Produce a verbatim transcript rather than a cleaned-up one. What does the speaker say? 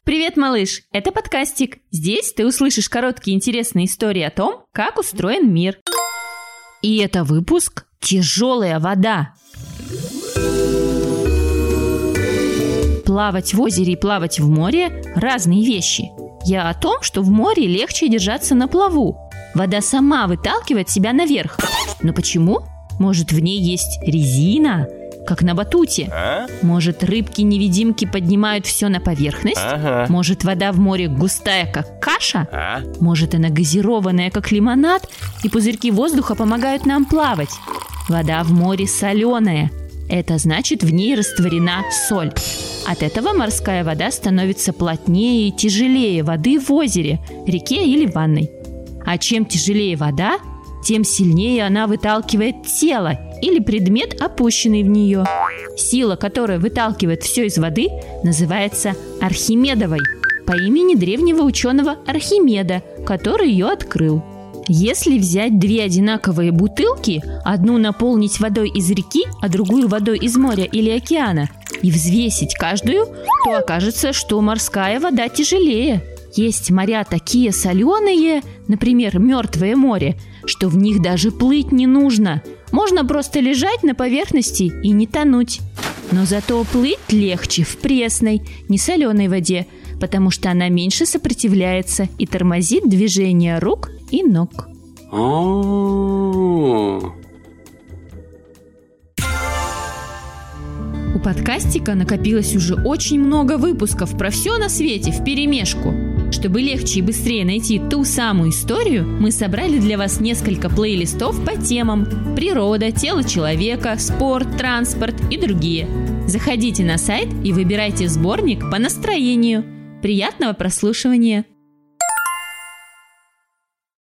Привет, малыш! Это подкастик. Здесь ты услышишь короткие интересные истории о том, как устроен мир. И это выпуск «Тяжелая вода». Плавать в озере и плавать в море – разные вещи. Я о том, что в море легче держаться на плаву. Вода сама выталкивает себя наверх. Но почему? Может, в ней есть резина, как на батуте? А? Может, рыбки-невидимки поднимают все на поверхность? Ага. Может, вода в море густая, как каша? А? Может, она газированная, как лимонад, и пузырьки воздуха помогают нам плавать? Вода в море соленая. Это значит, в ней растворена соль. От этого морская вода становится плотнее и тяжелее воды в озере, реке или ванной. А чем тяжелее вода, тем сильнее она выталкивает тело или предмет, опущенный в нее. Сила, которая выталкивает все из воды, называется Архимедовой, по имени древнего ученого Архимеда, который ее открыл. Если взять две одинаковые бутылки, одну наполнить водой из реки, а другую водой из моря или океана, и взвесить каждую, то окажется, что морская вода тяжелее. Есть моря такие соленые, например, Мертвое море, что в них даже плыть не нужно. Можно просто лежать на поверхности и не тонуть. Но зато плыть легче в пресной, не соленой воде, потому что она меньше сопротивляется и тормозит движение рук и ног. У подкастика накопилось уже очень много выпусков про все на свете вперемешку. Чтобы легче и быстрее найти ту самую историю, мы собрали для вас несколько плейлистов по темам: природа, тело человека, спорт, транспорт и другие. Заходите на сайт и выбирайте сборник по настроению. Приятного прослушивания!